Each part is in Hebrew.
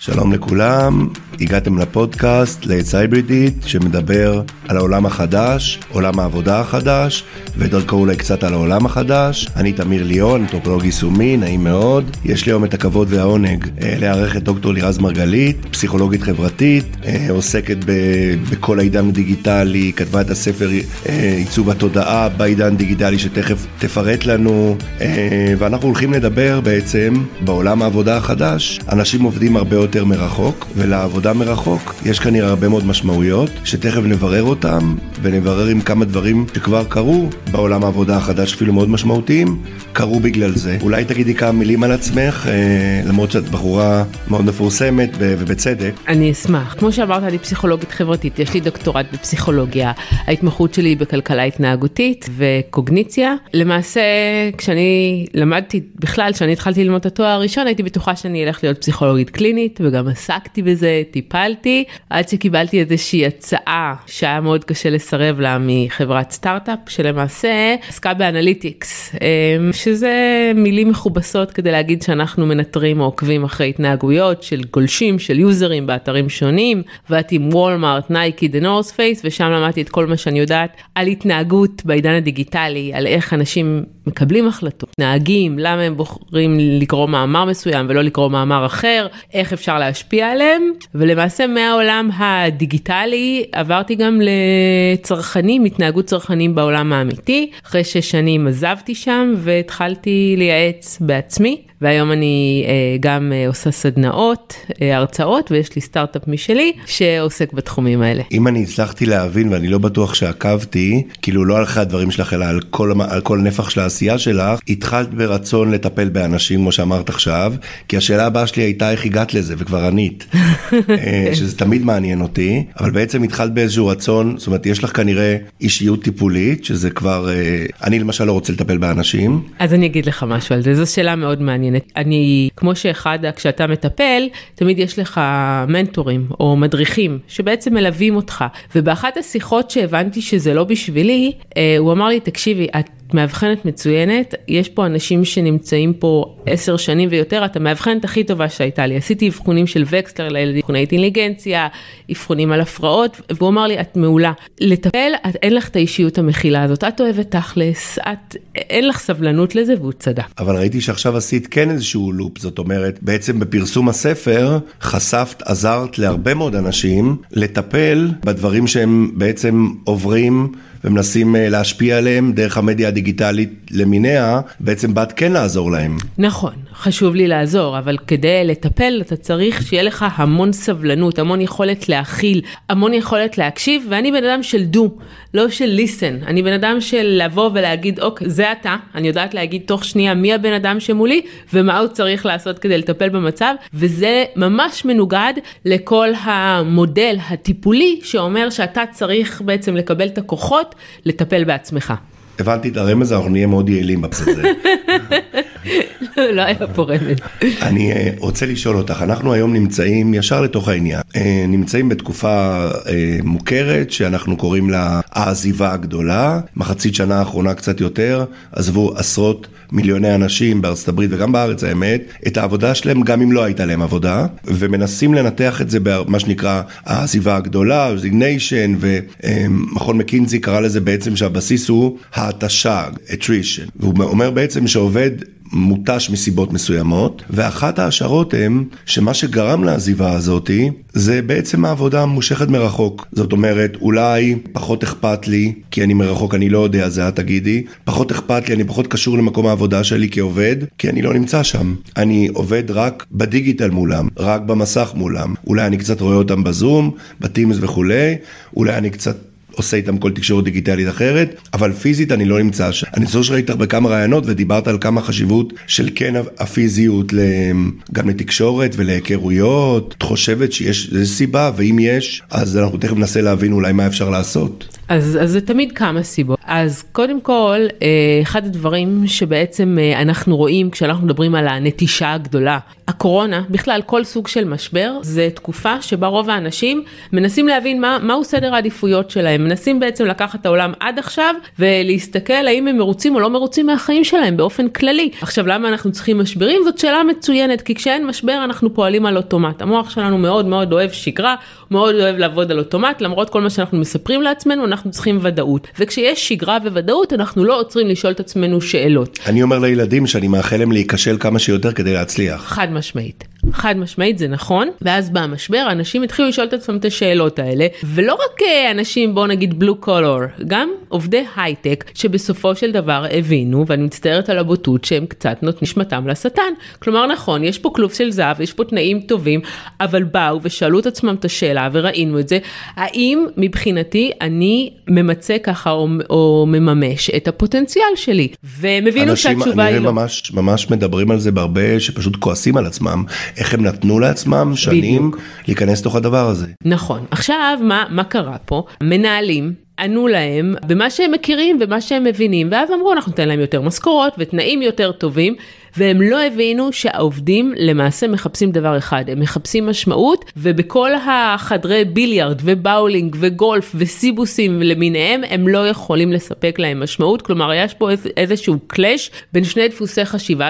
שלום לכולם, הגעתם לפודקאסט לעץ היברידית שמדבר על העולם החדש, עולם העבודה החדש, ודרכו אולי קצת על העולם החדש. אני תמיר ליאון, אנתרופולוג יישומי, נעים מאוד. יש לי היום את הכבוד והעונג לארח את דוקטור לירז מרגלית, פסיכולוגית חברתית, עוסקת בכל העידן הדיגיטלי, כתבה את הספר עיצוב התודעה בעידן דיגיטלי שתכף תפרט לנו, ואנחנו הולכים לדבר בעצם בעולם העבודה החדש. אנשים עובדים הרבה יותר מרחוק, ולעבודה מרחוק יש כנראה הרבה מאוד משמעויות שתכף נברר אותם, ונברר עם כמה דברים שכבר קרו בעולם העבודה החדש, אפילו מאוד משמעותיים, קרו בגלל זה. אולי תגידי כמה מילים על עצמך, למרות שאת בחורה מאוד מפורסמת ובצדק. אני אשמח. כמו שאמרת, אני פסיכולוגית חברתית, יש לי דוקטורט בפסיכולוגיה, ההתמחות שלי בכלכלה התנהגותית וקוגניציה. למעשה, כשאני למדתי בכלל, כשאני התחלתי ללמוד את התואר הראשון, הייתי בטוחה שאני אלך להיות פסיכולוגית קלינית, וגם עסקתי בזה, טיפלתי, עד שקיבלתי איזושהי הצעה שהיה מאוד קשה לסרב לה מחברת סטארט-אפ, שלמעשה עסקה באנליטיקס, שזה מילים מכובסות כדי להגיד שאנחנו מנטרים או עוקבים אחרי התנהגויות של גולשים, של יוזרים באתרים שונים, ועתי עם וולמארט, נייקי, דה נורס פייס, ושם למדתי את כל מה שאני יודעת על התנהגות בעידן הדיגיטלי, על איך אנשים מקבלים החלטות, נהגים, למה הם בוחרים לקרוא מאמר מסוים ולא לקרוא מאמר אחר, איך אפשר להשפיע עליהם, ולמעשה מהעולם הדיגיטלי עברתי גם לצרכנים, התנהגות צרכנים בעולם האמיתי. אחרי 6 שנים עזבתי שם והתחלתי לייעץ בעצמי, והיום אני גם עושה סדנאות, הרצאות, ויש לי סטארט-אפ משלי שעוסק בתחומים האלה. אם אני הצלחתי להבין, ואני לא בטוח שעקבתי, כאילו לא על אחרי הדברים שלך, אלא על כל נפח של העשייה שלך, התחלת ברצון לטפל באנשים, כמו שאמרת עכשיו, כי השאלה הבאה שלי הייתה איך הגעת לזה, וכבר ענית, שזה תמיד מעניין אותי, אבל בעצם התחלת באיזשהו רצון, זאת אומרת, יש לך כנראה אישיות טיפולית, שזה כבר, אני למשל לא רוצה לטפל באנשים. אז אני אגיד לך משהו על זה, זו שאלה מאוד מעניינת. אני, כמו כשאתה מטפל, תמיד יש לך מנטורים או מדריכים שבעצם מלווים אותך. ובאחת השיחות שהבנתי שזה לא בשבילי, הוא אמר לי, תקשיבי, את מאבחנת מצוינת, יש פה אנשים שנמצאים פה 10 שנים ויותר, את המאבחנת הכי טובה שהייתה לי. עשיתי אבחונים של וקסלר לילדים, אבחוני אינטליגנציה, אבחונים על הפרעות, והוא אמר לי, את מעולה. לטפל, אין לך את האישיות המכילה הזאת, את אוהבת תכלס, אין לך סבלנות לזה, והוא צדק. אבל ראיתי שעכשיו עשית כן איזשהו לופ, זאת אומרת, בעצם בפרסום הספר, חשפת, עזרת להרבה מאוד אנשים, לטפל בדברים שהם בעצם עוברים, ומנסים להשפיע עליהם דרך המדיה הדיגיטלית למיניה, בעצם באת כן לעזור להם. נכון, חשוב לי לעזור, אבל כדי לטפל אתה צריך שיהיה לך המון סבלנות, המון יכולת להכיל, המון יכולת להקשיב, ואני בן אדם של דו, לא של listen. אני בן אדם של לבוא ולהגיד, אוקיי, זה אתה, אני יודעת להגיד תוך שנייה מי הבן אדם שמולי, ומה הוא צריך לעשות כדי לטפל במצב, וזה ממש מנוגד לכל המודל הטיפולי, שאומר שאתה צריך בעצם לקבל את הכוחות, לטפל בעצמך. הבנתי את הרמז, אנחנו נהיה מאוד יעילים בפסק הזה. לא היה פה רמז. אני רוצה לשאול אותך, אנחנו היום נמצאים ישר לתוך העניין, נמצאים בתקופה מוכרת שאנחנו קוראים לה העזיבה הגדולה, מחצית שנה האחרונה קצת יותר, עזבו עשרות מיליוני אנשים בארצות הברית וגם בארץ האמת, את העבודה שלהם גם אם לא הייתה להם עבודה, ומנסים לנתח את זה במה שנקרא העזיבה הגדולה, resignation, ומכון מקינזי קרא לזה בעצם שהבסיס הוא התשה, attrition, והוא אומר בעצם שעובד מוטש מסיבות מסוימות, ואחת ההשערות הם שמה שגרם לעזיבה הזאת זה בעצם העבודה המושכת מרחוק. זאת אומרת, אולי פחות אכפת לי, כי אני מרחוק, אני לא יודע, זה את תגידי, פחות אכפת לי, אני פחות קשור למקום העבודה שלי כעובד, כי אני לא נמצא שם. אני עובד רק בדיגיטל מולם, רק במסך מולם. אולי אני קצת רואה אותם בזום, בטימס וכולי, אולי אני קצת עושה איתם כל תקשורת דיגיטלית אחרת, אבל פיזית אני לא נמצא שם. אני חושב שראית בכמה רעיונות ודיברת על כמה חשיבות של כן הפיזיות גם לתקשורת ולהיכרויות. את חושבת שיש סיבה, ואם יש, אז אנחנו תכף ננסה להבין אולי מה אפשר לעשות. אז זה תמיד כמה סיבות. אז קודם כל, אחד הדברים שבעצם אנחנו רואים כשאנחנו מדברים על הנטישה הגדולה, הקורונה, בכלל כל סוג של משבר, זה תקופה שבה רוב האנשים מנסים להבין מהו סדר העדיפויות שלהם, מנסים בעצם לקחת את העולם עד עכשיו, ולהסתכל האם הם מרוצים או לא מרוצים מהחיים שלהם באופן כללי. עכשיו, למה אנחנו צריכים משברים? זאת שאלה מצוינת, כי כשאין משבר אנחנו פועלים על אוטומט. המוח שלנו מאוד מאוד אוהב שגרה, מאוד אוהב לעבוד על אוטומט, למרות כל מה שאנחנו מספרים לעצמנו, אנחנו צריכים ודאות. וכשיש שגרה וודאות, אנחנו לא עוצרים לשאול את עצמנו שאלות. אני אומר לילדים שאני מאחל להם להיכשל כמה שיותר כדי להצליח. חד משמעית. חד משמעית, זה נכון. ואז במשבר, אנשים התחילו לשאול את עצמם את השאלות האלה, ולא רק אנשים, בוא נגיד בלו קולור, גם עובדי הייטק, שבסופו של דבר הבינו, ואני מצטערת על הבוטות, שהם קצת נשמתם לשטן. כלומר, נכון, יש פה כלוב של זהב, יש פה תנאים טובים, אבל באו ושאלו את עצמם את השאלה, וראינו את זה, האם מבחינתי אני ממצא ככה או מממש את הפוטנציאל שלי, והם הבינו שהתשובה היא לא. אנשים ממש מדברים על זה בהרבה, שפשוט כועסים על עצמם, איך הם נתנו לעצמם שנים להיכנס לתוך הדבר הזה. נכון. עכשיו, מה קרה פה? מנהלים ענו להם במה שהם מכירים ומה שהם מבינים, ואז אמרו, אנחנו ניתן להם יותר משכורות ותנאים יותר טובים, והם לא הבינו שהעובדים למעשה מחפשים דבר אחד, הם מחפשים משמעות, ובכל החדרי ביליארד ובאולינג וגולף וסיבוסים למיניהם, הם לא יכולים לספק להם משמעות, כלומר יש פה איזשהו קלאש בין שני דפוסי חשיבה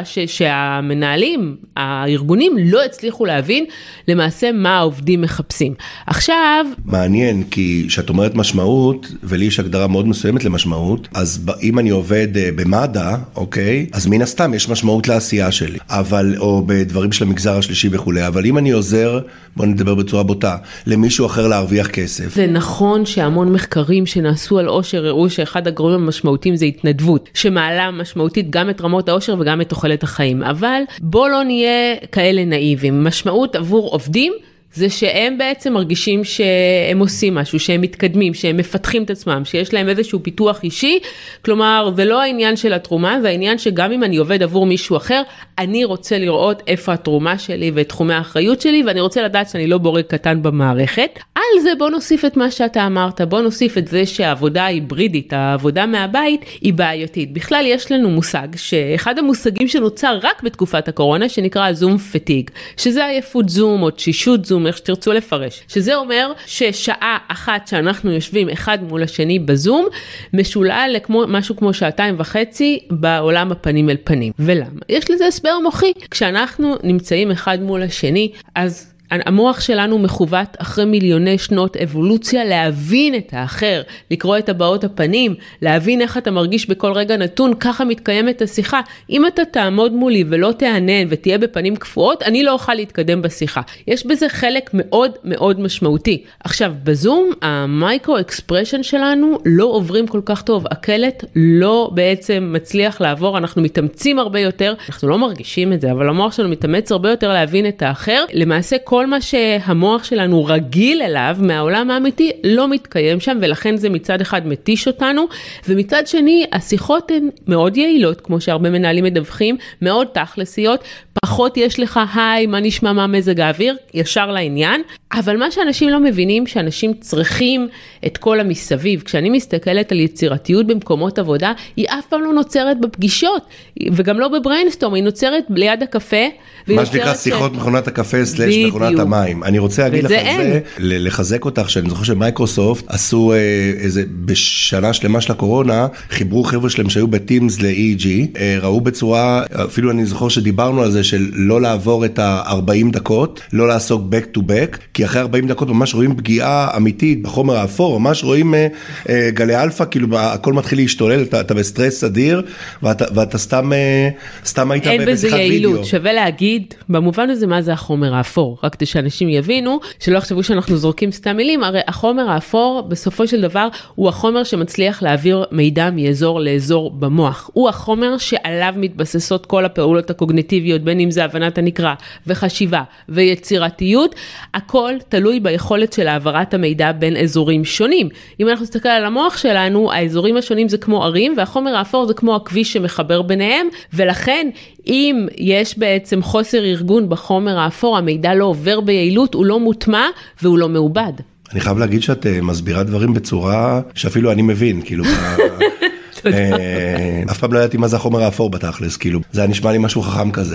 שהמנהלים, הארגונים לא הצליחו להבין למעשה מה העובדים מחפשים. עכשיו... מעניין, כי שאת אומרת משמעות, ולי יש הגדרה מאוד מסוימת למשמעות, אז אם אני עובד במד"א, אוקיי, אז מן הסתם יש משמעות לעשייה שלי, אבל, או בדברים של המגזר השלישי וכו', אבל אם אני עוזר, בוא נדבר בצורה בוטה, למישהו אחר להרוויח כסף. זה נכון שהמון מחקרים שנעשו על עושר, הראו שאחד הגורמים המשמעותיים זה התנדבות, שמעלה משמעותית גם את רמות העושר וגם את תוחלת החיים, אבל בוא לא נהיה כאלה נאיבים. משמעות עבור עובדים, זה שהם בעצם מרגישים שהם עושים משהו, שהם מתקדמים, שהם מפתחים את עצמם, שיש להם איזשהו פיתוח אישי, כלומר, זה לא העניין של התרומה, זה העניין שגם אם אני עובד עבור מישהו אחר, אני רוצה לראות איפה התרומה שלי ואת תחומי האחריות שלי, ואני רוצה לדעת שאני לא בורג קטן במערכת. על זה בוא נוסיף את מה שאתה אמרת, בוא נוסיף את זה שהעבודה ההיברידית, העבודה מהבית, היא בעייתית. בכלל יש לנו מושג, שאחד המושגים שנוצר רק בתקופת הקורונה, שנקרא זום פטיג, שזה עייפות זום או תשישות זום, איך שתרצו לפרש. שזה אומר ששעה אחת שאנחנו יושבים אחד מול השני בזום, משולל משהו כמו 2.5 בעולם הפנים אל פנים. ולמה? יש לזה הסבר מוחי. כשאנחנו נמצאים אחד מול השני, אז המוח שלנו מחוות אחרי מיליוני שנות אבולוציה להבין את האחר, לקרוא את הבעות הפנים, להבין איך אתה מרגיש בכל רגע נתון, ככה מתקיימת השיחה. אם אתה תעמוד מולי ולא תענן ותהיה בפנים קפואות, אני לא אוכל להתקדם בשיחה. יש בזה חלק מאוד מאוד משמעותי. עכשיו, בזום, המייקרו אקספרשן שלנו לא עוברים כל כך טוב. הקלט לא בעצם מצליח לעבור, אנחנו מתאמצים הרבה יותר, אנחנו לא מרגישים את זה, אבל המוח שלנו מתאמץ הרבה יותר להבין את האחר. למעשה, כל מה שהמוח שלנו רגיל אליו מהעולם האמיתי לא מתקיים שם, ולכן זה מצד אחד מתיש אותנו, ומצד שני השיחות הן מאוד יעילות, כמו שהרבה מנהלים מדווחים, מאוד תכלסיות, פחות יש לך היי, מה נשמע, מה מזג האוויר, ישר לעניין, אבל מה שאנשים לא מבינים, שאנשים צריכים את כל המסביב. כשאני מסתכלת על יצירתיות במקומות עבודה, היא אף פעם לא נוצרת בפגישות, וגם לא בבריינסטורם, היא נוצרת ליד הקפה, מה שנקרא שיחות מכונת הקפה סלש מכונת המים. אני רוצה להגיד לך זה, לחזק אותך, שאני זוכר שמייקרוסופט עשו איזה, בשנה שלמה של הקורונה, חיברו חבר'ה שלהם שהיו בטימס ל-EG, ראו בצורה, אפילו אני זוכר שדיברנו על זה, של לא לעבור את ה-40 דקות, לא לעסוק back to back, כי אחרי 40 דקות ממש רואים פגיעה אמיתית בחומר האפור, ממש רואים גלי אלפא, כאילו הכל מתחיל להשתולל, אתה בסטרס אדיר, ואתה סתם היית בשיחת וידאו. שווה להגיד, במובן הזה מה זה החומר האפור, רק כדי שאנשים יבינו, שלא יחשבו שאנחנו זורקים סתם מילים, הרי החומר האפור בסופו של דבר הוא החומר שמצליח להעביר מידע מאזור לאזור במוח, הוא החומר שעליו מתבססות כל הפעולות הקוגניטיביות, בין אם זה הבנת הנקרא וחשיבה ויצירתיות, הכל תלוי ביכולת של העברת המידע בין אזורים שונים. אם אנחנו נסתכל על המוח שלנו, האזורים השונים זה כמו ערים, והחומר האפור זה כמו הכביש שמחבר ביניהם, ולכן אם יש בעצם חוסר ארגון בחומר האפור, המידע לא עובר ביעילות, הוא לא מוטמע והוא לא מעובד. אני חייב להגיד שאת מסבירה דברים בצורה שאפילו אני מבין, כאילו, אף פעם לא ידעתי מה זה החומר האפור בתכלס, כאילו, זה היה נשמע לי משהו חכם כזה.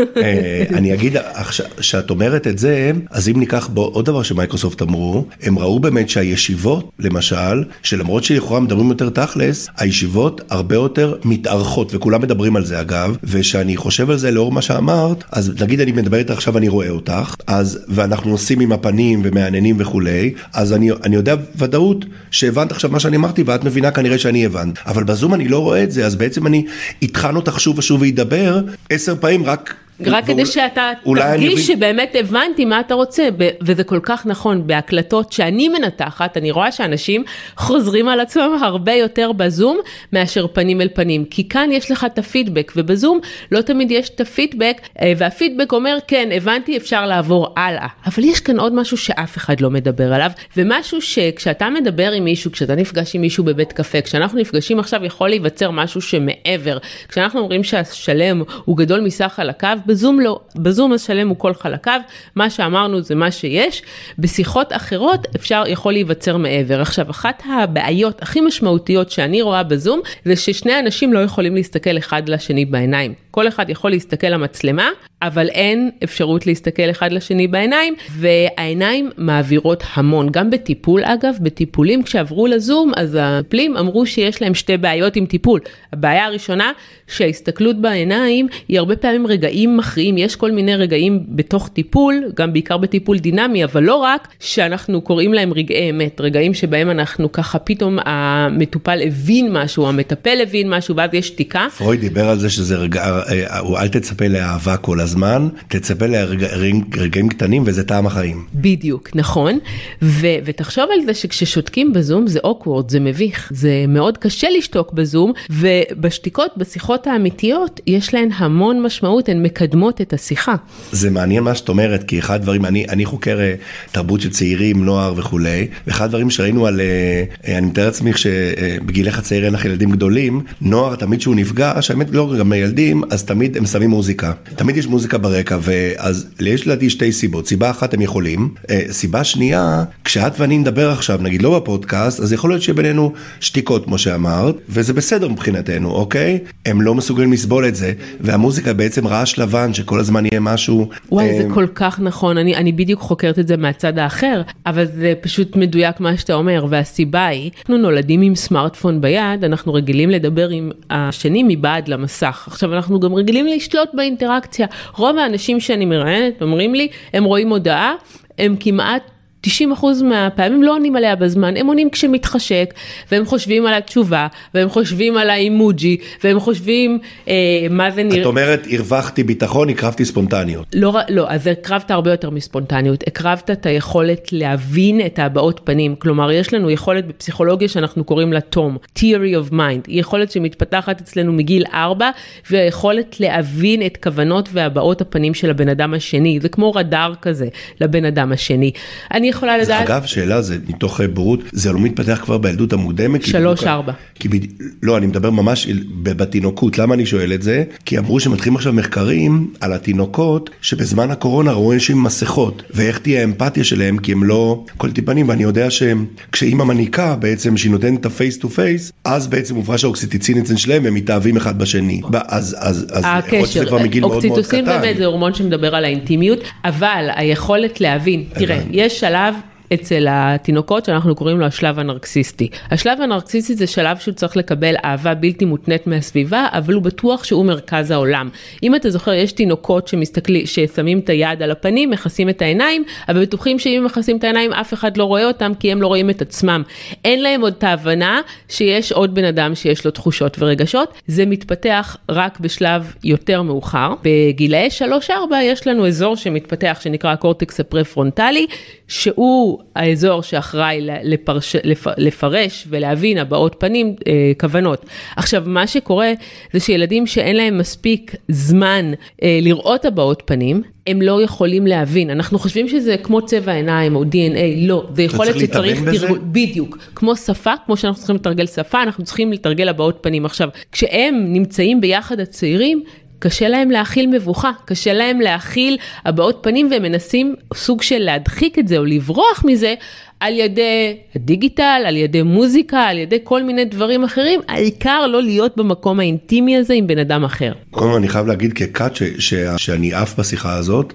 אני אגיד, שאת אומרת את זה, אז אם ניקח בו עוד דבר שמייקרוסופט אמרו, הם ראו באמת שהישיבות, למשל, שלמרות שלכאורה מדברים יותר תכלס, הישיבות הרבה יותר מתארכות, וכולם מדברים על זה אגב, ושאני חושב על זה לאור מה שאמרת, אז נגיד אני מדבר איתך עכשיו, אני רואה אותך, ואנחנו עושים עם הפנים ומעניינים וכולי, אז אני יודע ודאות שהבנת עכשיו מה שאני אמרתי, ואת מבינה כנראה שאני הבנת. אבל בזום אני לא רואה את זה, אז בעצם אני אתחן אותך שוב ושוב וידבר 10 פעמים רק כדי שאתה תרגיש שבאמת הבנתי מה אתה רוצה, וזה כל כך נכון, בהקלטות שאני מנתחת, אני רואה שאנשים חוזרים על עצמם הרבה יותר בזום, מאשר פנים אל פנים, כי כאן יש לך את הפידבק, ובזום לא תמיד יש את הפידבק, והפידבק אומר, כן, הבנתי, אפשר לעבור הלאה, אבל יש כאן עוד משהו שאף אחד לא מדבר עליו, ומשהו שכשאתה מדבר עם מישהו, כשאתה נפגש עם מישהו בבית קפה, כשאנחנו נפגשים עכשיו יכול להיווצר משהו שמעבר, כשאנחנו אומרים שהשלם הוא גדול מסך חלקיו, בזום לא, בזום השלם הוא כל חלקיו, מה שאמרנו זה מה שיש, בשיחות אחרות יכול להיווצר מעבר. עכשיו, אחת הבעיות הכי משמעותיות שאני רואה בזום, זה ששני אנשים לא יכולים להסתכל אחד לשני בעיניים. כל אחד יכול להסתכל למצלמה, אבל אין אפשרות להסתכל אחד לשני בעיניים, והעיניים מעבירות המון, גם בטיפול אגב, בטיפולים כשעברו לזום, אז הפלים אמרו שיש להם 2 בעיות עם טיפול. הבעיה הראשונה, שההסתכלות בעיניים היא הרבה פעמים רגעים מכריעים, יש כל מיני רגעים בתוך טיפול, גם בעיקר בטיפול דינמי, אבל לא רק, שאנחנו קוראים להם רגעי אמת, רגעים שבהם אנחנו ככה פתאום המטופל הבין משהו, המטפל הבין משהו, ואז יש שתיקה. פרויד דיבר על זה שזה אל תצפה לאהבה כל הזמן, תצפה לרגעים קטנים וזה טעם החיים. בדיוק, נכון. ותחשוב על זה שכששותקים בזום זה awkward, זה מביך. זה מאוד קשה לשתוק בזום, ובשתיקות, בשיחות האמיתיות, יש להן המון משמעות, הן מקדמות את השיחה. זה מעניין מה שאת אומרת, כי אחד דברים, אני חוקר תרבות של צעירים, נוער וכולי, ואחד הדברים שראינו על, אני מתאר לעצמי שבגילך הצעיר אין לך ילדים גדולים, נוער תמיד שהוא נפגש, האמת לא גם ילדים, אז תמיד הם שמים מוזיקה. תמיד יש מוזיקה ברקע, ואז יש לדעתי 2 סיבות. סיבה אחת הם יכולים, סיבה שנייה, כשאת ואני נדבר עכשיו, נגיד לא בפודקאסט, אז יכול להיות שבינינו שתיקות, כמו שאמרת, וזה בסדר מבחינתנו, אוקיי? הם לא מסוגלים לסבול את זה, והמוזיקה בעצם רעש לבן, שכל הזמן יהיה משהו. וואי, זה כל כך נכון, אני בדיוק חוקרת את זה מהצד האחר, אבל זה פשוט מדויק מה שאתה אומר, והסיבה היא, אנחנו נולדים עם סמארטפון ביד, אנחנו רגילים לדבר עם השני מבעד למסך. עכשיו אנחנו גם רגילים לשלוט באינטראקציה. רוב האנשים שאני מראיינת אומרים לי, הם רואים הודעה, הם כמעט 90% מהפעמים לא עונים עליה בזמן, הם עונים כשמתחשק, והם חושבים על התשובה, והם חושבים על האימוג'י, והם חושבים מה זה נראה. את אומרת, הרווחתי ביטחון, הקרבתי ספונטניות. לא, אז הקרבת הרבה יותר מספונטניות, הקרבת את היכולת להבין את הבעות פנים, כלומר, יש לנו יכולת בפסיכולוגיה שאנחנו קוראים לה תום, Theory of Mind, היא יכולת שמתפתחת אצלנו מגיל 4, והיכולת להבין את כוונות והבעות הפנים של הבן אדם השני, זה כמו רדאר כזה לבן אדם השני. אני יכולה לדעת... אגב, שאלה זה, מתוך בורות, זה לא מתפתח כבר בילדות המוקדמת? 3-4. לא, אני מדבר ממש בתינוקות. למה אני שואל את זה? כי אמרו שמתחילים עכשיו מחקרים על התינוקות, שבזמן הקורונה ראו אנשים עם מסכות, ואיך תהיה האמפתיה שלהם, כי הם לא כל טיפנים, ואני יודע שכשאימא מניקה, בעצם שהיא נותנת את הפייס טו פייס, אז בעצם מופרש האוקסיטוצין אצל שלהם, והם מתאהבים אחד בשני. אז הקשר, אוקסיטוצין באמת זה הורמון שמדבר על האינטימיות, אבל היכולת להבין, תראה, יש שלב אצל התינוקות שאנחנו קוראים לו השלב הנרקסיסטי. השלב הנרקסיסטי זה שלב שהוא צריך לקבל אהבה בלתי מותנית מהסביבה, אבל הוא בטוח שהוא מרכז העולם. אם אתה זוכר, יש תינוקות ששמים את היד על הפנים, מכסים את העיניים, אבל בטוחים שאם הם מכסים את העיניים, אף אחד לא רואה אותם, כי הם לא רואים את עצמם. אין להם עוד את ההבנה שיש עוד בן אדם שיש לו תחושות ורגשות. זה מתפתח רק בשלב יותר מאוחר. בגילאי 3-4 יש לנו אזור שמתפתח, שנקרא הקורטקס הפרפרונטלי, שהוא האזור שאחראי לפרש ולהבין הבעות פנים, כוונות. עכשיו, מה שקורה זה שילדים שאין להם מספיק זמן לראות הבעות פנים, הם לא יכולים להבין. אנחנו חושבים שזה כמו צבע העיניים או DNA, לא. זה יכולת שצריך בדיוק. כמו שפה, כמו שאנחנו צריכים לתרגל שפה, אנחנו צריכים לתרגל הבעות פנים. עכשיו, כשהם נמצאים ביחד הצעירים, קשה להם להכיל מבוכה, קשה להם להכיל הבעות פנים, והם מנסים סוג של להדחיק את זה או לברוח מזה, על ידי הדיגיטל, על ידי מוזיקה, על ידי כל מיני דברים אחרים, העיקר לא להיות במקום האינטימי הזה עם בן אדם אחר. קודם אני חייב להגיד כקאט שאני עף בשיחה הזאת,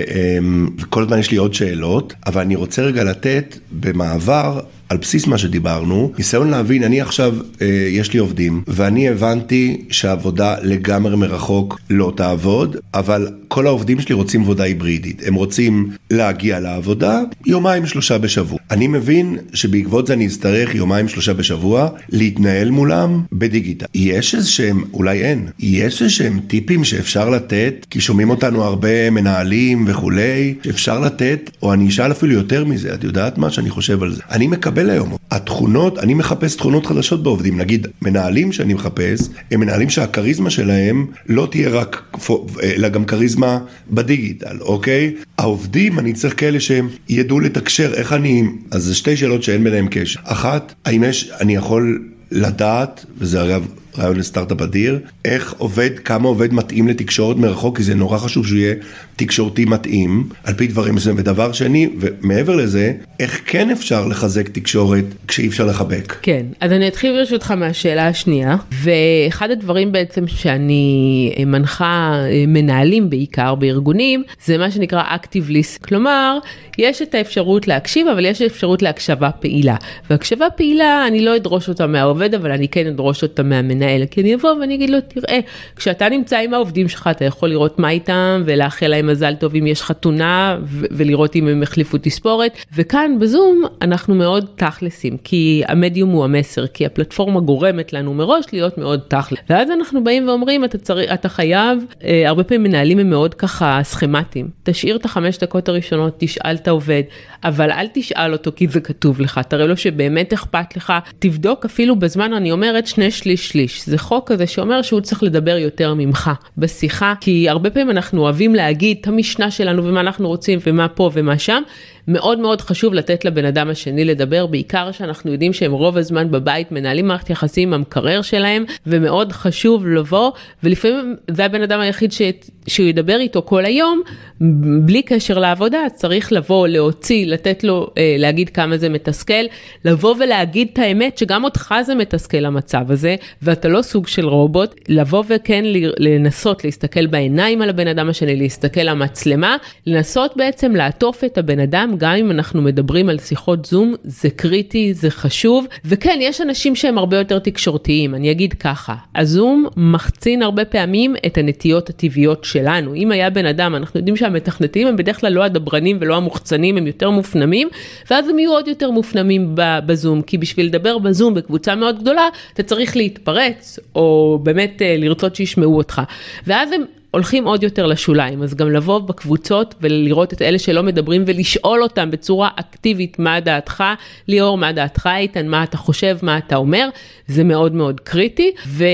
וכל הזמן יש לי עוד שאלות, אבל אני רוצה רגע לתת במעבר, על בסיס מה שדיברנו, ניסיון להבין, אני עכשיו, יש לי עובדים, ואני הבנתי שהעבודה לגמרי מרחוק לא תעבוד, אבל כל העובדים שלי רוצים עבודה היברידית. הם רוצים להגיע לעבודה 2-3 בשבוע. אני מבין שבעקבות זה אני אצטרך 2-3 בשבוע להתנהל מולם בדיגיטל. יש איזשהם, אולי אין, יש איזשהם טיפים שאפשר לתת, כי שומעים אותנו הרבה מנהלים וכולי, שאפשר לתת, או אני אשאל אפילו יותר מזה, את יודעת מה שאני חושב על זה. אני מקבל היום. התכונות, אני מחפש תכונות חדשות בעובדים. נגיד, מנהלים שאני מחפש, הם מנהלים שהקריזמה שלהם לא תהיה רק, אלא גם קריזמה בדיגיטל, אוקיי? העובדים, אני צריך כאלה שהם ידעו לתקשר, איך אני, אז זה 2 שאלות שאין ביניהם קשר. אחת, האם אני יכול לדעת, וזה אגב רעיון לסטארט-אפ אדיר, איך עובד, כמה עובד מתאים לתקשורת מרחוק, כי זה נורא חשוב שהוא יהיה תקשורתי מתאים, על פי דברים מסוים. ודבר שני, ומעבר לזה, איך כן אפשר לחזק תקשורת כשאי אפשר לחבק? כן, אז אני אתחיל ברשותך מהשאלה השנייה, ואחד הדברים בעצם שאני מנחה מנהלים בעיקר בארגונים, זה מה שנקרא active list. כלומר, יש את האפשרות להקשיב, אבל יש אפשרות להקשבה פעילה. והקשבה פעילה, אני לא אדרוש אותה מהעובד, אבל אני כן אדרוש אותה מהמנהל, כי אני אבוא ואני אגיד לו, תראה, כשאתה נמצא עם העובדים שלך, אתה יכול לראות מה איתם, ולאחל להם מזל טוב אם יש חתונה, ולראות אם הם החליפו תספורת. וכאן בזום אנחנו מאוד תכלסים, כי המדיום הוא המסר, כי הפלטפורמה גורמת לנו מראש להיות מאוד תכלס. ואז אנחנו באים ואומרים, אתה חייב, הרבה פעמים מנהלים הם מאוד ככה סכמטיים. תשאיר את 5 דקות הראשונות, תשאל את העובד, אבל אל תשאל אותו כי זה כתוב לך, תראה לו שבאמת אכפת לך, תבדוק אפילו בזמן, אני אומרת 2/3. זה חוק כזה שאומר שהוא צריך לדבר יותר ממך בשיחה, כי הרבה פעמים אנחנו אוהבים להגיד את המשנה שלנו ומה אנחנו רוצים ומה פה ומה שם, מאוד מאוד חשוב לתת לבן אדם השני לדבר, בעיקר שאנחנו יודעים שהם רוב הזמן בבית מנהלים מערכת יחסים עם המקרר שלהם, ומאוד חשוב לבוא, ולפעמים זה הבן אדם היחיד שהוא ידבר איתו כל היום, בלי קשר לעבודה, צריך לבוא, להוציא, לתת לו, להגיד כמה זה מתסכל, לבוא ולהגיד את האמת, שגם אותך זה מתסכל המצב הזה, ואתה לא סוג של רובוט, לבוא וכן לנסות להסתכל בעיניים על הבן אדם השני, להסתכל על המצלמה, לנסות בעצם לעטוף את הבן אדם, גם אם אנחנו מדברים על שיחות זום, זה קריטי, זה חשוב, וכן, יש אנשים שהם הרבה יותר תקשורתיים, אני אגיד ככה, הזום מחצין הרבה פעמים את הנטיות הטבעיות שלנו, אם היה בן אדם, אנחנו יודעים שהמתכנתים הם בדרך כלל לא הדברנים ולא המוחצנים, הם יותר מופנמים, ואז הם יהיו עוד יותר מופנמים בזום, כי בשביל לדבר בזום בקבוצה מאוד גדולה, אתה צריך להתפרץ, או באמת לרצות שישמעו אותך, ואז הם הולכים עוד יותר לשוליים, אז גם לבוא בקבוצות ולראות את אלה שלא מדברים ולשאול אותם בצורה אקטיבית מה דעתך, ליאור, מה דעתך איתן, מה אתה חושב, מה אתה אומר, זה מאוד מאוד קריטי.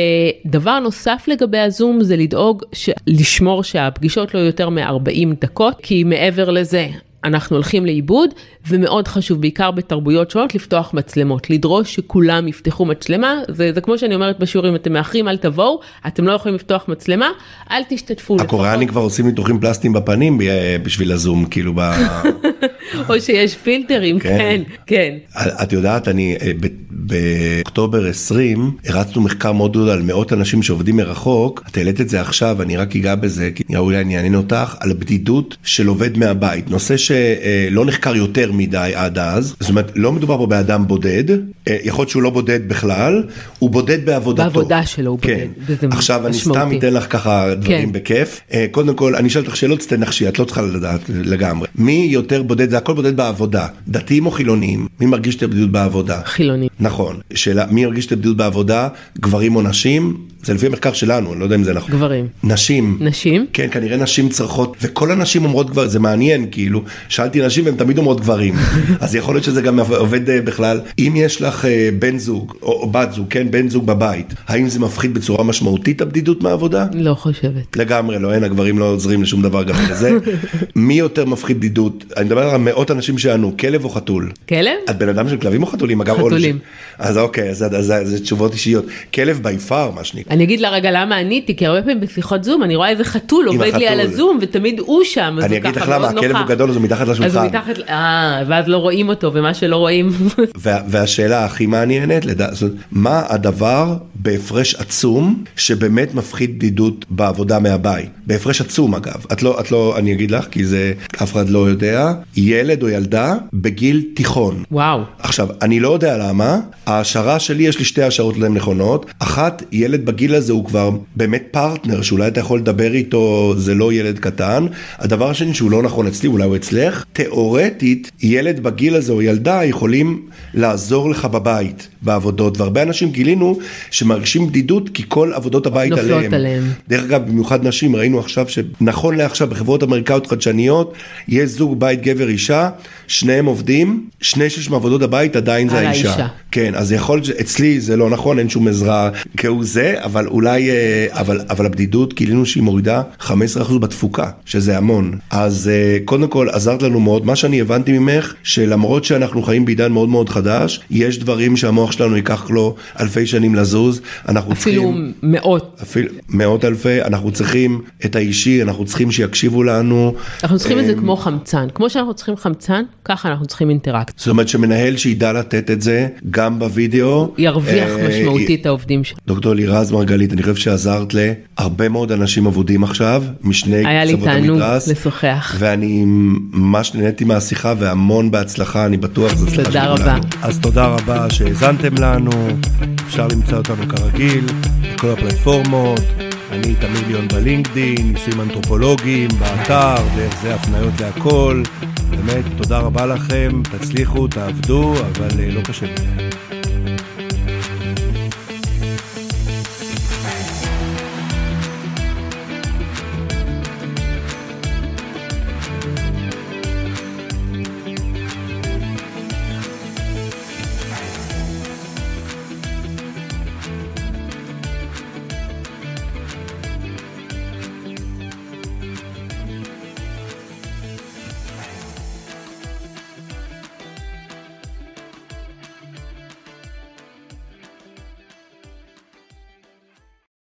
ודבר נוסף לגבי הזום זה לדאוג, לשמור שהפגישות לא יותר מ-40 דקות, כי מעבר לזה, אנחנו הולכים לאיבוד, ומאוד חשוב, בעיקר בתרבויות שונות, לפתוח מצלמות, לדרוש שכולם יפתחו מצלמה, זה כמו שאני אומרת בשיעורים, אתם מאחרים, אל תבואו, אתם לא יכולים לפתוח מצלמה, אל תשתתפו. הקוריאנים כבר עושים ניתוחים פלסטיים בפנים, בשביל הזום, כאילו או שיש פילטרים, כן, כן. את יודעת, אני, באוקטובר 20, הרצנו מחקר מאוד גדול על מאות אנשים שעובדים מרחוק, את העלית את זה עכשיו, אני רק אגע בזה, כי אולי אני אעניין אותך, על הבדידות של עובד מהבית, נושא שלא נחקר יותר מדי עד אז, זאת אומרת, לא מדובר פה באדם בודד, יכול להיות שהוא לא בודד בכלל, הוא בודד בעבודתו. בעבודה שלו הוא בודד. כן. עכשיו אני סתם אתן לך ככה דברים בכיף. קודם כל, אני אשאל אותך שאלות, תנחשי, את לא צריכה לדעת לגמרי. מי יותר בודד? זה הכל בודד בעבודה. דתיים או חילונים? מי מרגיש את הבדידות בעבודה? חילונים. נכון. שאלה, מי מרגיש את הבדידות בעבודה? גברים או נשים? זה לפי המחקר שלנו, אני לא יודע אם זה נכון. גברים. נשים. נשים? כן, כנראה נשים צריכות, וכל הנשים אומרות גברים, זה מעניין, כאילו, שאלתי נשים והן תמיד אומרות גברים, אז יכול להיות שזה גם עובד בכלל. אם יש לך בן זוג, או בת זוג, כן, בן זוג בבית, האם זה מפחית בצורה משמעותית הבדידות מהעבודה? לא חושבת. לגמרי, לא, אין, הגברים לא עוזרים לשום דבר גם לזה. מי יותר מפחית בדידות? אני מדבר על מאות אנשים שענו, כלב או חתול? כלב? את בן אדם של כלבים או חתולים? חתולים. אז אוקיי, אז זה תשובות אישיות. כלב ביפר, מה שנקרא. אני אגיד לה רגע למה עניתי, כי הרבה פעמים בשיחות זום, אני רואה איזה חתול עובד לי על הזום, ותמיד הוא שם, אני אגיד לך למה, הכלב הוא גדול, אז הוא מתחת לשולחן. אז הוא מתחת, ואז לא רואים אותו, ומה שלא רואים. והשאלה הכי מעניינת, מה הדבר בהפרש עצום, שבאמת מפחיד בדידות בעבודה מהבית? בהפרש עצום אגב, את לא, אני אגיד לך, כי זה אף אחד לא יודע, ילד או ילדה בגיל תיכון. וואו. עכשיו, אני לא יודע למה, ההשערה שלי, יש לי שתי השערות להם נכונות, אחת, ילד בגיל הזה הוא כבר באמת פרטנר, שאולי אתה יכול לדבר איתו, זה לא ילד קטן. הדבר השני שהוא לא נכון אצלי, אולי הוא אצלך, תיאורטית, ילד בגיל הזה או ילדה יכולים לעזור לך בבית, בעבודות, והרבה אנשים גילינו שמרגישים בדידות, כי כל עבודות הבית עליהם. דרך אגב, במיוחד נשים, ראינו עכשיו שנכון לעכשיו, בחברות אמריקאיות חדשניות, יש זוג בית גבר אישה, שניהם עובדים, 2/3 מעבודות הבית עדיין זה האישה. כן, אז יכול להיות, אצלי זה לא נכון, אין שום עזרה כהוא זה, אבל אולי, אבל הבדידות, גילינו שהיא מורידה 15% בתפוקה, שזה המון. אז קודם כל, עזרת לנו מאוד. מה שאני הבנתי ממך, שלמרות שאנחנו חיים בעידן מאוד מאוד חדש, יש דברים שהמוח שלנו ייקח לו אלפי שנים לזוז, אפילו מאות. אפילו מאות אלפי, אנחנו צריכים את האישי, אנחנו צריכים שיקשיבו לנו. אנחנו צריכים את זה כמו חמצן. כמו שאנחנו צריכים חמצן, ככה אנחנו צריכים אינטראקציה. זאת אומרת שמנהל שידע לתת את זה, גם בווידאו. ירוויח משמעותית העובדים שלו. דוקטור לירז מרגלית, אני חושב שעזרת להרבה מאוד אנשים עבודים עכשיו, משני קצוות המתרס. היה לי תענוג לשוחח. ואני ממש נהניתי מהשיחה, והמון בהצלחה, אני בטוח. תודה רבה. אז תודה רבה שהזנתם לנו, אפשר למצוא אותנו כרגיל, בכל הפלטפורמות, אני תמיר ליון בלינקדין, ניסויים אנתרופולוגיים, באתר, דרך זה הפניות להכל, באמת תודה רבה לכם, תצליחו, תעבדו, אבל לא קשה לי.